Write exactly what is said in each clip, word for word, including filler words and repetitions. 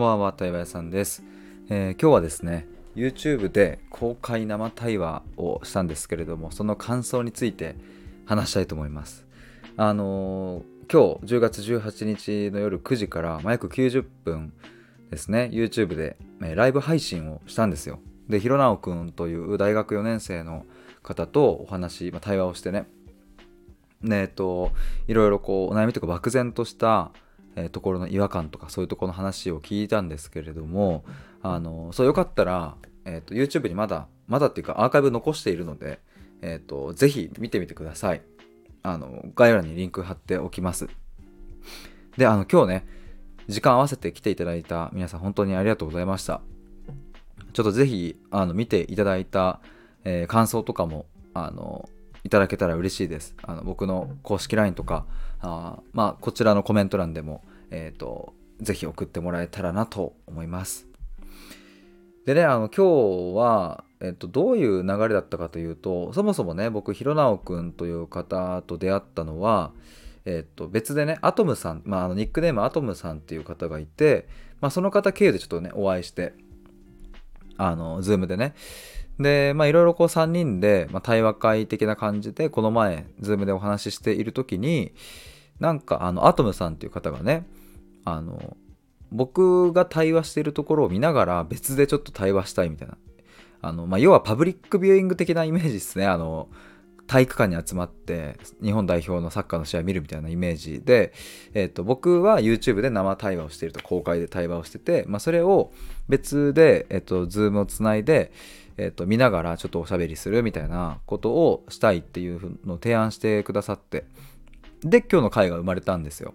んばんは、対話屋さんです、えー今日はですね、YouTube で公開生対話をしたんですけれども、その感想について話したいと思います。あのー今日じゅうがつじゅうはちにちの夜くじから、まあ、約きゅうじゅっぷんですね、YouTube で、えーライブ配信をしたんですよ。で、ひろなおくんという大学よねん生の方とお話、まあ、対話をしてね、ねえっと、いろいろこうお悩みとか漠然とした、えーところの違和感とかそういうところの話を聞いたんですけれども、あのそうよかったら、えーと YouTube にまだまだっていうかアーカイブ残しているので、えーとぜひ見てみてください。あの概要欄にリンク貼っておきます。で、あの今日ね、時間合わせて来ていただいた皆さん本当にありがとうございました。ちょっとぜひあの見ていただいた、えー感想とかもあのいただけたら嬉しいです。あの僕の公式 ライン とかあー、まあ、こちらのコメント欄でも、えーと、ぜひ送ってもらえたらなと思います。でね、あの今日は、えっと、どういう流れだったかというと、そもそもね、僕ひろなおくんという方と出会ったのは、えっと、別でね、アトムさん、まあ、あのニックネームアトムさんっていう方がいて、まあ、その方経由でちょっとねお会いして、あのズームでね、で、まあいろいろこうさんにんで、まあ、対話会的な感じでこの前ズームでお話ししている時に、なんかあのアトムさんっていう方がね、あの僕が対話しているところを見ながら別でちょっと対話したいみたいな、あの、まあ、要はパブリックビューイング的なイメージですね。あの体育館に集まって日本代表のサッカーの試合を見るみたいなイメージで、えー、と僕は YouTube で生対話をしていると、公開で対話をしてて、まあ、それを別で、えー、と Zoom をつないで、えー、と見ながらちょっとおしゃべりするみたいなことをしたいっていうのを提案してくださって、で今日の会が生まれたんですよ。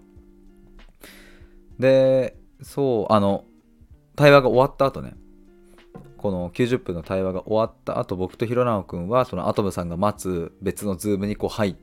で、そうあの対話が終わった後ね、このきゅうじゅっぷんの対話が終わった後、僕とひろなおくんはそのアトムさんが待つ別のズームにこう入って、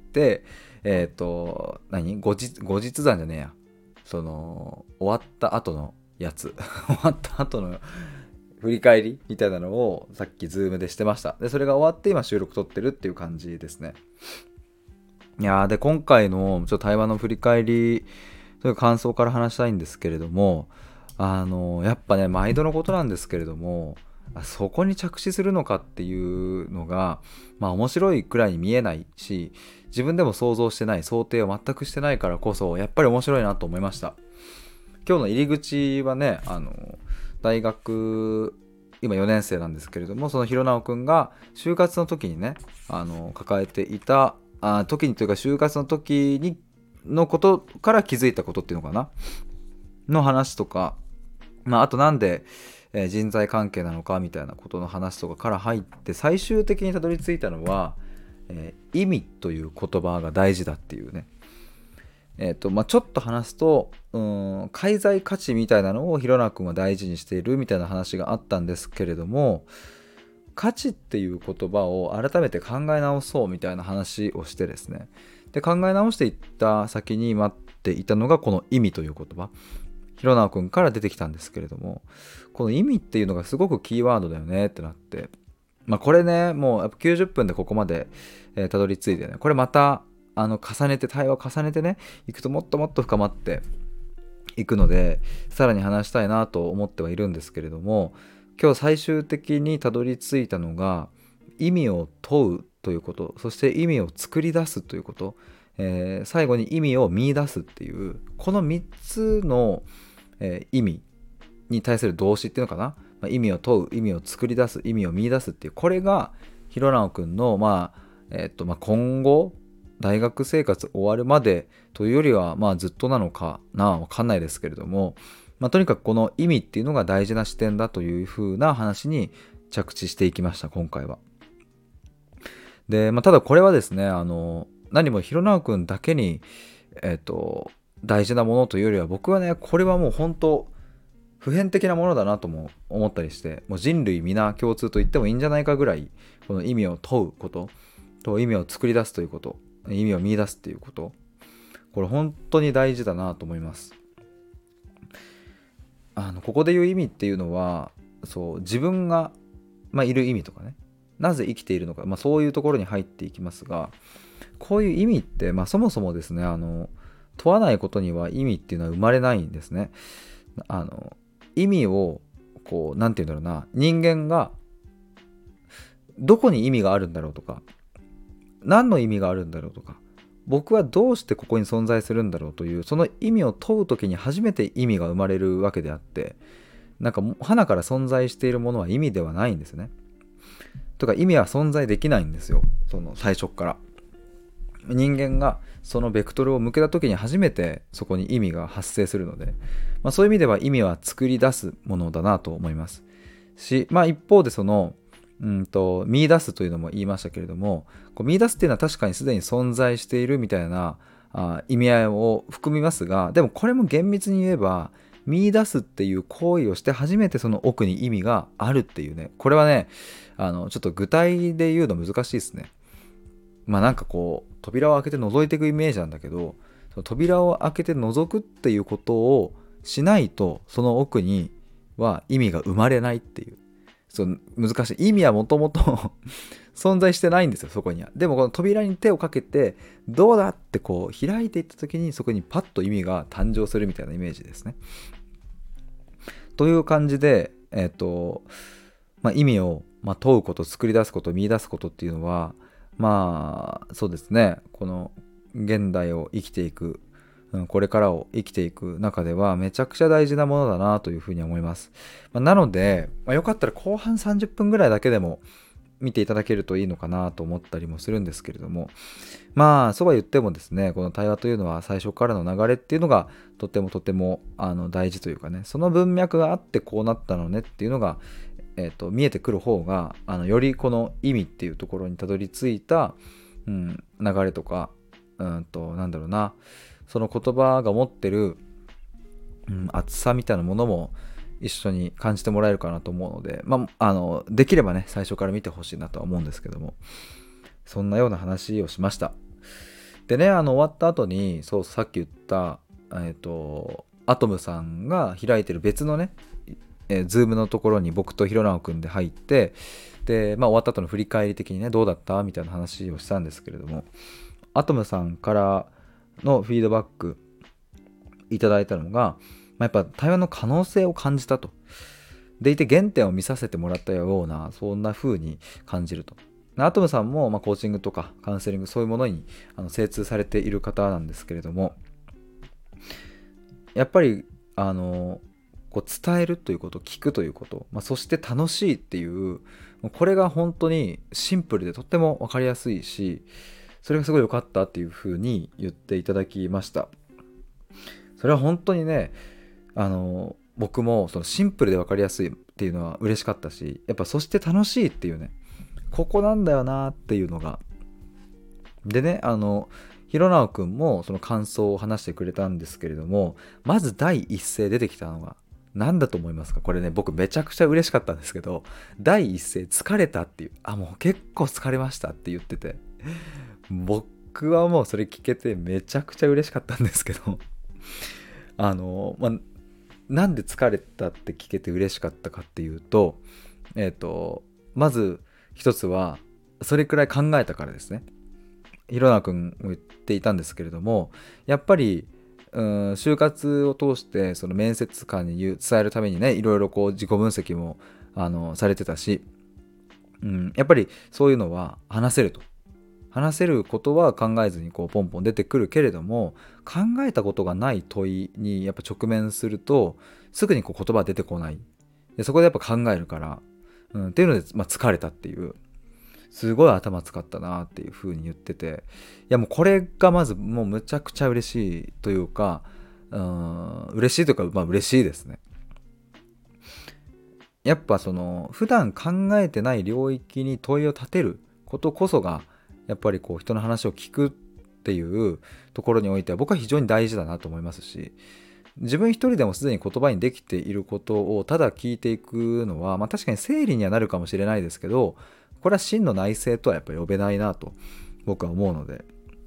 えっ、と何後日後日談じゃねえや、その終わった後のやつ終わった後の振り返りみたいなのをさっきズームでしてました。でそれが終わって今収録撮ってるっていう感じですね。いやー、で今回のちょっと対話の振り返りという感想から話したいんですけれども、あのやっぱね、毎度のことなんですけれども、そこに着地するのかっていうのが、まあ面白いくらいに見えないし、自分でも想像してない、想定を全くしてないからこそやっぱり面白いなと思いました。今日の入り口はね、あの大学今よねん生なんですけれども、そのひろなおくんが就活の時にね、あの抱えていたあ時にというか就活の時にのことから気づいたことっていうのかなの話とか、まあ、あとなんで、えー人材関係なのかみたいなことの話とかから入って、最終的にたどり着いたのは、えー意味という言葉が大事だっていうね。えーとまあ、ちょっと話すと、うーん介在価値みたいなのをひろなくんは大事にしているみたいな話があったんですけれども、価値っていう言葉を改めて考え直そうみたいな話をしてですね、で考え直していった先に待っていたのがこの意味という言葉、ひろなおくんから出てきたんですけれども、この意味っていうのがすごくキーワードだよねってなって、まあこれね、もうやっぱきゅうじゅっぷんでここまでえーたどり着いてね、これまたあの重ねて対話を重ねてねいくともっともっと深まっていくので、さらに話したいなと思ってはいるんですけれども、今日最終的にたどり着いたのが、意味を問うということ、そして意味を作り出すということ、えー最後に意味を見出すっていう、このみっつの、えー意味に対する動詞っていうのかな、まあ、意味を問う、意味を作り出す、意味を見出すっていう、これがひろなおくんの、まあえーっとまあ、今後大学生活終わるまでというよりは、まあずっとなのかな、わかんないですけれども、まあ、とにかくこの意味っていうのが大事な視点だという風な話に着地していきました、今回は。で、まあ、ただこれはですね、あの何もひろなおくんだけに、えっと大事なものというよりは、僕はね、これはもう本当普遍的なものだなとも思ったりして、もう人類皆共通と言ってもいいんじゃないかぐらい、この意味を問うことと意味を作り出すということ、意味を見出すっていうこと、これ本当に大事だなと思います。あのここで言う意味っていうのは、そう自分が、まあ、いる意味とかね、なぜ生きているのか、まあ、そういうところに入っていきますが、こういう意味って、まあ、そもそもですね、あの問わないことには意味っていうのは生まれないんですね。あの意味をこうなんて言うんだろうな、人間がどこに意味があるんだろうとか、何の意味があるんだろうとか、僕はどうしてここに存在するんだろうという、その意味を問う時に初めて意味が生まれるわけであって、なんか花から存在しているものは意味ではないんですね。とか意味は存在できないんですよ、その最初から。人間がそのベクトルを向けた時に初めてそこに意味が発生するので、まあ、そういう意味では意味は作り出すものだなと思いますし、まあ一方でそのうんと見出すというのも言いましたけれども、こう見出すっていうのは確かにすでに存在しているみたいなあ意味合いを含みますが、でもこれも厳密に言えば見出すっていう行為をして初めてその奥に意味があるっていうね、これはね、あのちょっと具体で言うの難しいですね。まあなんかこう扉を開けて覗いていくイメージなんだけど、その扉を開けて覗くっていうことをしないとその奥には意味が生まれないっていう、そう難しい。意味はもともと存在してないんですよ、そこには。でもこの扉に手をかけてどうだってこう開いていった時にそこにパッと意味が誕生するみたいなイメージですね。という感じで、えっとまあ、意味を、まあ、問うこと、作り出すこと、見出すことっていうのは、まあそうですね、この現代を生きていく、うん、これからを生きていく中ではめちゃくちゃ大事なものだなというふうに思います。まあ、なので、まあ、よかったら後半さんじゅっぷんぐらいだけでも見ていただけるといいのかなと思ったりもするんですけれども、まあそうは言ってもですね、この対話というのは最初からの流れっていうのがとてもとてもあの大事というかね、その文脈があってこうなったのねっていうのが、えーと、見えてくる方があのよりこの意味っていうところにたどり着いた、うん、流れとか、うんとなんだろうな、その言葉が持ってる、うん、厚さみたいなものも一緒に感じてもらえるかなと思うので、まあ、あのできればね最初から見てほしいなとは思うんですけども、そんなような話をしました。でね、あの終わった後にそうさっき言ったえっ、ー、とアトムさんが開いてる別のね、えー、ズームのところに僕とひろなおくんで入って、で、まあ、終わった後の振り返り的にねどうだったみたいな話をしたんですけれども、アトムさんからのフィードバックいただいたのが、まあ、やっぱ対話の可能性を感じたと。でいて原点を見させてもらったような、そんな風に感じると。アトムさんも、まあ、コーチングとかカウンセリング、そういうものにあの精通されている方なんですけれども、やっぱりあのこう伝えるということ、聞くということ、まあ、そして楽しいっていう、これが本当にシンプルでとっても分かりやすいし、それがすごい良かったっていう風に言っていただきました。それは本当にね、あの僕もそのシンプルで分かりやすいっていうのは嬉しかったし、やっぱそして楽しいっていうね、ここなんだよなっていうのが。でね、あのひろなおくんもその感想を話してくれたんですけれども、まず第一声出てきたのが何だと思いますか？これね、僕めちゃくちゃ嬉しかったんですけど、第一声疲れたっていう、あ、もう結構疲れましたって言ってて、僕はもうそれ聞けてめちゃくちゃ嬉しかったんですけどあのまあなんで疲れたって聞けて嬉しかったかっていうと、えっとまず一つはそれくらい考えたからですね。ひろなくんも言っていたんですけれども、やっぱりうん就活を通してその面接官に言う伝えるためにね、いろいろこう自己分析もあのされてたし、うん、やっぱりそういうのは話せると。話せることは考えずにこうポンポン出てくるけれども、考えたことがない問いにやっぱ直面するとすぐにこう言葉出てこない。でそこでやっぱ考えるから、うん、っていうので、まあ、疲れたっていう、すごい頭使ったなっていう風に言ってて、いやもうこれがまずもうむちゃくちゃ嬉しいというか、うん、嬉しいというか、まあ嬉しいですね。やっぱその普段考えてない領域に問いを立てることこそがやっぱりこう人の話を聞くっていうところにおいては僕は非常に大事だなと思いますし、自分一人でもすでに言葉にできていることをただ聞いていくのは、まあ確かに整理にはなるかもしれないですけど、これは真の内省とはやっぱり呼べないなと僕は思うので、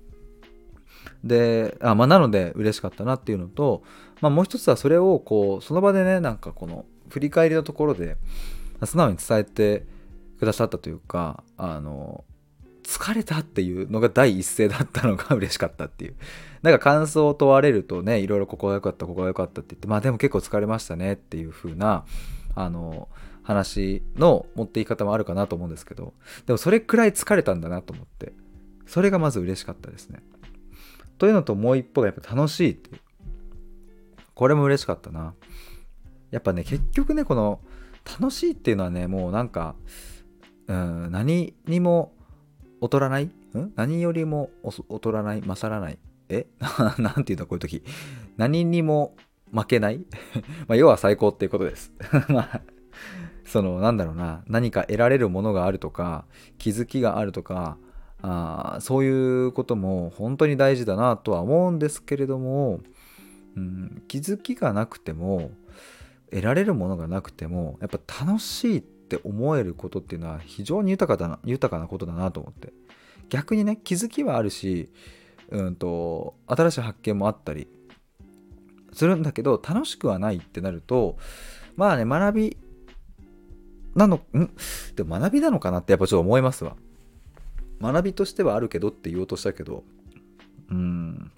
で、あ、まあなので嬉しかったなっていうのと、まあもう一つはそれをこうその場でね、なんかこの振り返りのところで素直に伝えてくださったというか、あの疲れたっていうのが第一声だったのが嬉しかったっていう。なんか感想を問われるとね、いろいろここが良かったここが良かったって言って、まあでも結構疲れましたねっていう風なあの話の持っていき方もあるかなと思うんですけど、でもそれくらい疲れたんだなと思って、それがまず嬉しかったですね。というのと、もう一方がやっぱ楽しいっていう、これも嬉しかったな。やっぱね、結局ね、この楽しいっていうのはね、もうなんか、うん、何にも劣らない、ん何よりも劣らない、勝らない、えなんていうんだこういう時、何にも負けないまあ要は最高っていうことですまあそのなんだろうな、何か得られるものがあるとか気づきがあるとか、あそういうことも本当に大事だなとは思うんですけれども、うん、気づきがなくても得られるものがなくてもやっぱ楽しいって思えることっていうのは非常に豊かだな豊かなことだなと思って、逆にね、気づきはあるし、うんと新しい発見もあったりするんだけど楽しくはないってなると、まあね、学びなのんでも学びなのかなってやっぱちょっと思いますわ。学びとしてはあるけどって言おうとしたけど、うーん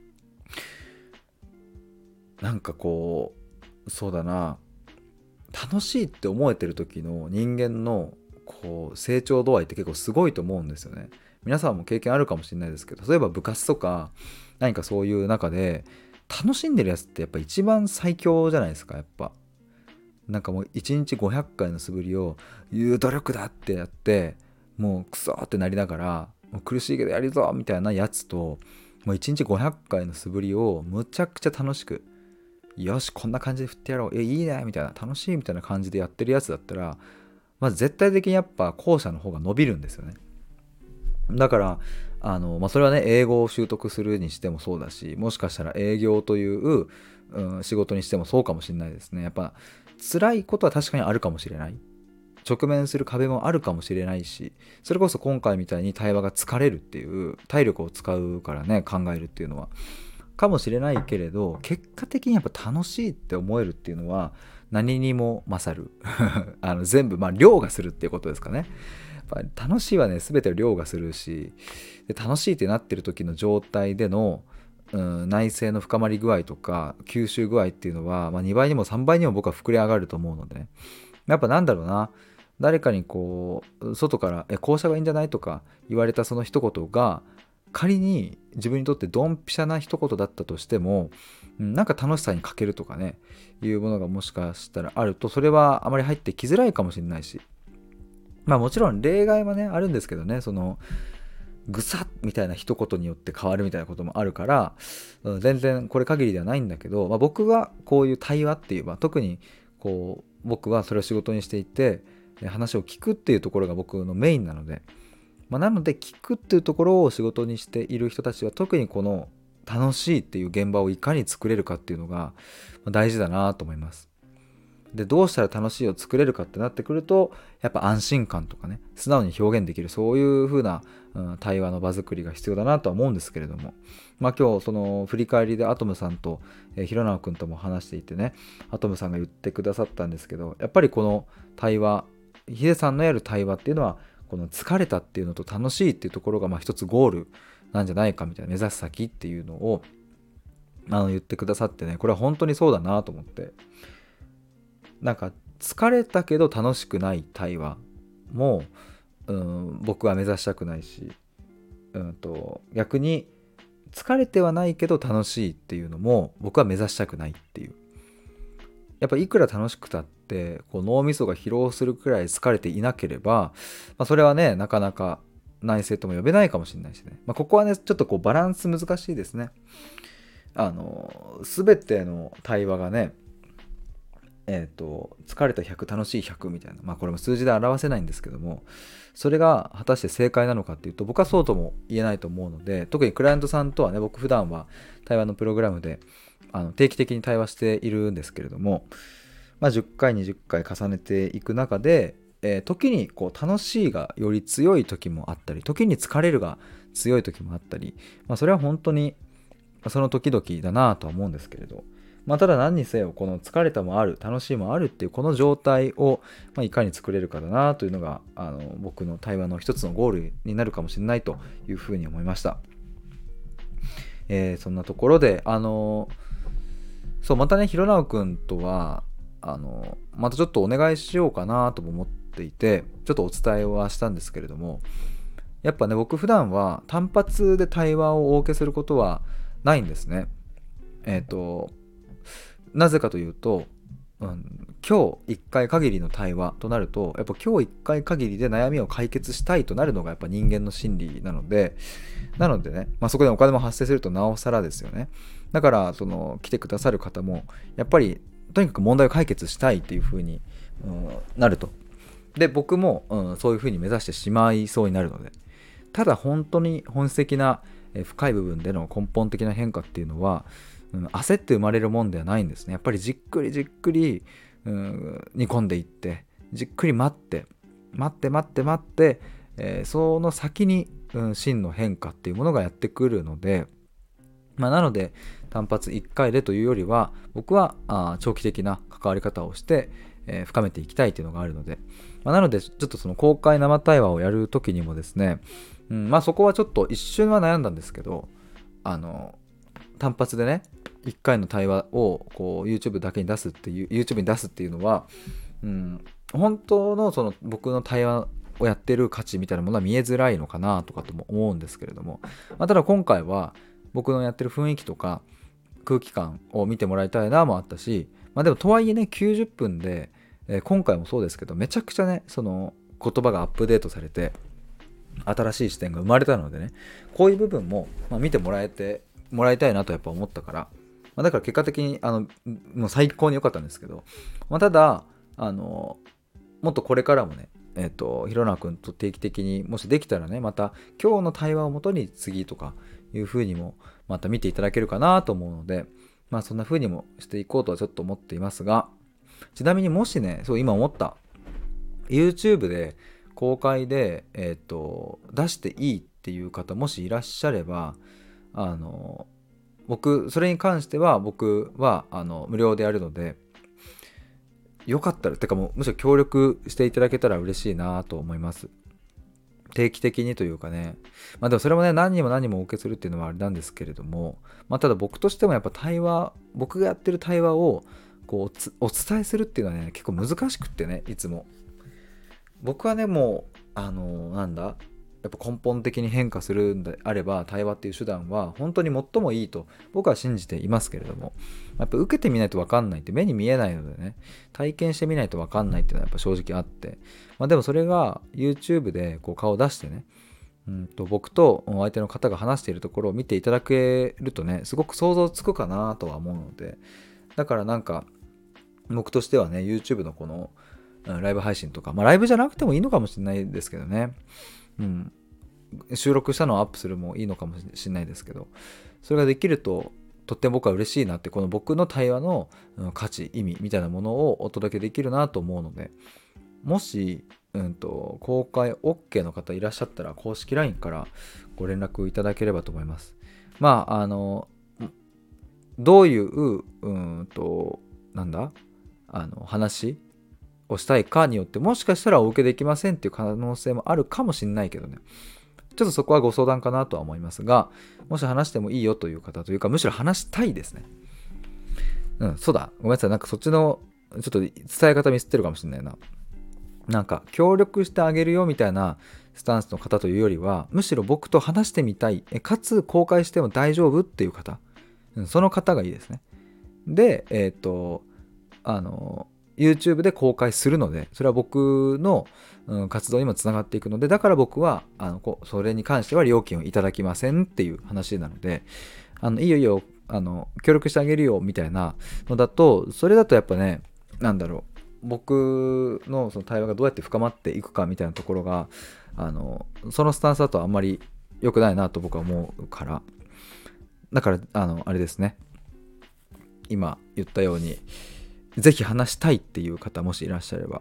なんかこうそうだな、楽しいって思えてる時の人間のこう成長度合いって結構すごいと思うんですよね。皆さんも経験あるかもしれないですけど、例えば部活とか何かそういう中で楽しんでるやつってやっぱ一番最強じゃないですか。やっぱなんかもういちにちごひゃっかいの素振りを言う努力だってやって、もうクソってなりながらもう苦しいけどやるぞみたいなやつと、もういちにちごひゃっかいの素振りをむちゃくちゃ楽しく、よしこんな感じで振ってやろう、えいいねみたいな、楽しいみたいな感じでやってるやつだったら、まず絶対的にやっぱ後者の方が伸びるんですよね。だからあの、まあ、それはね、英語を習得するにしてもそうだし、もしかしたら営業という、うん、仕事にしてもそうかもしれないですね。やっぱ辛いことは確かにあるかもしれない、直面する壁もあるかもしれないし、それこそ今回みたいに対話が疲れるっていう体力を使うからね、考えるっていうのはかもしれないけれど、結果的にやっぱ楽しいって思えるっていうのは何にも勝るあの全部まあ凌駕するっていうことですかね。やっぱ楽しいはね、全てを凌駕するし、で楽しいってなってる時の状態での、うん、内省の深まり具合とか吸収具合っていうのは、まあ、にばいにもさんばいにも僕は膨れ上がると思うので、ね、やっぱなんだろうな、誰かにこう外からえこうした方がいいんじゃないとか言われたその一言が仮に自分にとってドンピシャな一言だったとしても、うん、なんか楽しさに欠けるとかね、いうものがもしかしたらあると、それはあまり入ってきづらいかもしれないし、まあもちろん例外はねあるんですけどね、そのぐさっみたいな一言によって変わるみたいなこともあるから、うん、全然これ限りではないんだけど、まあ、僕はこういう対話っていう、まあ、特にこう僕はそれを仕事にしていて話を聞くっていうところが僕のメインなので、まあ、なので聞くっていうところを仕事にしている人たちは特にこの楽しいっていう現場をいかに作れるかっていうのが大事だなと思います。でどうしたら楽しいを作れるかってなってくると、やっぱ安心感とかね、素直に表現できるそういう風な、うん、対話の場作りが必要だなとは思うんですけれども、まあ今日その振り返りでアトムさんと、えー、ひろなおくんとも話していてね、アトムさんが言ってくださったんですけど、やっぱりこの対話、ヒデさんのやる対話っていうのはこの疲れたっていうのと楽しいっていうところがまあ一つゴールなんじゃないかみたいな、目指す先っていうのをあの言ってくださってね、これは本当にそうだなと思って、なんか疲れたけど楽しくない対話も、うん、僕は目指したくないし、うんと逆に疲れてはないけど楽しいっていうのも僕は目指したくないっていう。やっぱいくら楽しくたってこう脳みそが疲労するくらい疲れていなければ、まあ、それはねなかなか内省とも呼べないかもしれないしね、まあ、ここはねちょっとこうバランス難しいですね。あの全ての対話がね、えーと、疲れたひゃく楽しいひゃくみたいな、まあこれも数字で表せないんですけども、それが果たして正解なのかっていうと僕はそうとも言えないと思うので、特にクライアントさんとはね、僕普段は対話のプログラムであの定期的に対話しているんですけれども、まあ、じゅっかいにじゅっかい重ねていく中で、えー、時にこう楽しいがより強い時もあったり、時に疲れるが強い時もあったり、まあ、それは本当にその時々だなとは思うんですけれど、 まあ、ただ何にせよこの疲れたもある楽しいもあるっていうこの状態を、まあ、いかに作れるかだなというのがあの僕の対話の一つのゴールになるかもしれないというふうに思いました。えー、そんなところであのそうまたねひろなおくんとはあのまたちょっとお願いしようかなとも思っていて、ちょっとお伝えはしたんですけれども、やっぱね僕普段は単発で対話をお受けすることはないんですね。えっ、ー、となぜかというと、うん、今日いっかい限りの対話となるとやっぱ今日いっかい限りで悩みを解決したいとなるのがやっぱ人間の心理なのでなのでね、まあ、そこでお金も発生するとなおさらですよね。だからその来てくださる方もやっぱりとにかく問題を解決したいっていう風に、うん、なると。で僕も、うん、そういう風に目指してしまいそうになるので、ただ本当に本質的な深い部分での根本的な変化っていうのは、うん、焦って生まれるもんではないんですね。やっぱりじっくりじっくり、うん、煮込んでいってじっくり待って待って待って待って、えー、その先に、うん、真の変化っていうものがやってくるので、まあ、なので単発いっかいでというよりは僕はあ長期的な関わり方をして、えー、深めていきたいというのがあるので、まあ、なのでちょっとその公開生対話をやるときにもですね、うん、まあそこはちょっと一瞬は悩んだんですけど、あの単発でねいっかいの対話をこう YouTube だけに出すっていう YouTube に出すっていうのは、うん、本当のその僕の対話をやってる価値みたいなものは見えづらいのかなとかとも思うんですけれども、まあ、ただ今回は僕のやってる雰囲気とか空気感を見てもらいたいなもあったし、まあでもとはいえねきゅうじゅっぷんで、えー、今回もそうですけどめちゃくちゃねその言葉がアップデートされて新しい視点が生まれたのでね、こういう部分も、まあ、見てもらえてもらいたいなとやっぱ思ったから、まあ、だから結果的にあのもう最高に良かったんですけど、まあ、ただあのもっとこれからもねえっとひろなくんと定期的にもしできたらねまた今日の対話をもとに次とかいう風にもまた見ていただけるかなと思うので、まあそんな風にもしていこうとはちょっと思っていますが、ちなみにもしねそう今思った YouTube で公開で、えー、と出していいっていう方もしいらっしゃれば、あの僕それに関しては僕はあの無料でやるので、よかったらてかもうむしろ協力していただけたら嬉しいなと思います。定期的にというかね、まあでもそれもね何人も何人もお受けするっていうのはあれなんですけれども、まあただ僕としてもやっぱ対話僕がやってる対話をこうお伝えするっていうのはね結構難しくってね、いつも僕はねもうあのなんだやっぱ根本的に変化するんであれば対話っていう手段は本当に最もいいと僕は信じていますけれども、やっぱ受けてみないと分かんないって目に見えないのでね、体験してみないと分かんないっていうのはやっぱ正直あって、まあ、でもそれが YouTube でこう顔を出してね、うんと僕と相手の方が話しているところを見ていただけるとねすごく想像つくかなとは思うので、だからなんか僕としてはね YouTube のこのライブ配信とか、まあライブじゃなくてもいいのかもしれないですけどね、うん、収録したのをアップするもいいのかもしれないですけど、それができるととっても僕は嬉しいなって、この僕の対話の価値意味みたいなものをお届けできるなと思うので、もし、うんと、公開 OK の方いらっしゃったら公式 ライン からご連絡いただければと思います。まああのどういううんとなんだあの話をしたいかによってもしかしたらお受けできませんっていう可能性もあるかもしれないけどね、ちょっとそこはご相談かなとは思いますが、もし話してもいいよという方というかむしろ話したいですね。うんそうだごめんなさい、なんかそっちのちょっと伝え方ミスってるかもしれないな。なんか協力してあげるよみたいなスタンスの方というよりは、むしろ僕と話してみたいかつ公開しても大丈夫っていう方、うん、その方がいいですね。でえっ、ー、とあのYouTube で公開するので、それは僕の、うん、活動にもつながっていくので、だから僕はあのこそれに関しては料金をいただきませんっていう話なので、あのいいよいいよあの協力してあげるよみたいなのだと、それだとやっぱねなんだろう僕 の, その対話がどうやって深まっていくかみたいなところがあのそのスタンスだとあんまり良くないなと僕は思うから、だからあのあれですね、今言ったようにぜひ話したいっていう方もしいらっしゃれば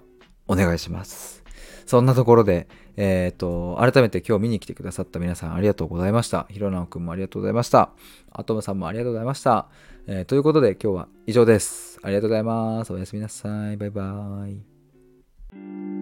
お願いします。そんなところで、えっと、改めて今日見に来てくださった皆さんありがとうございました。ひろなおくんもありがとうございました。アトムさんもありがとうございました。えーということで今日は以上です。ありがとうございます。おやすみなさい。バイバイ。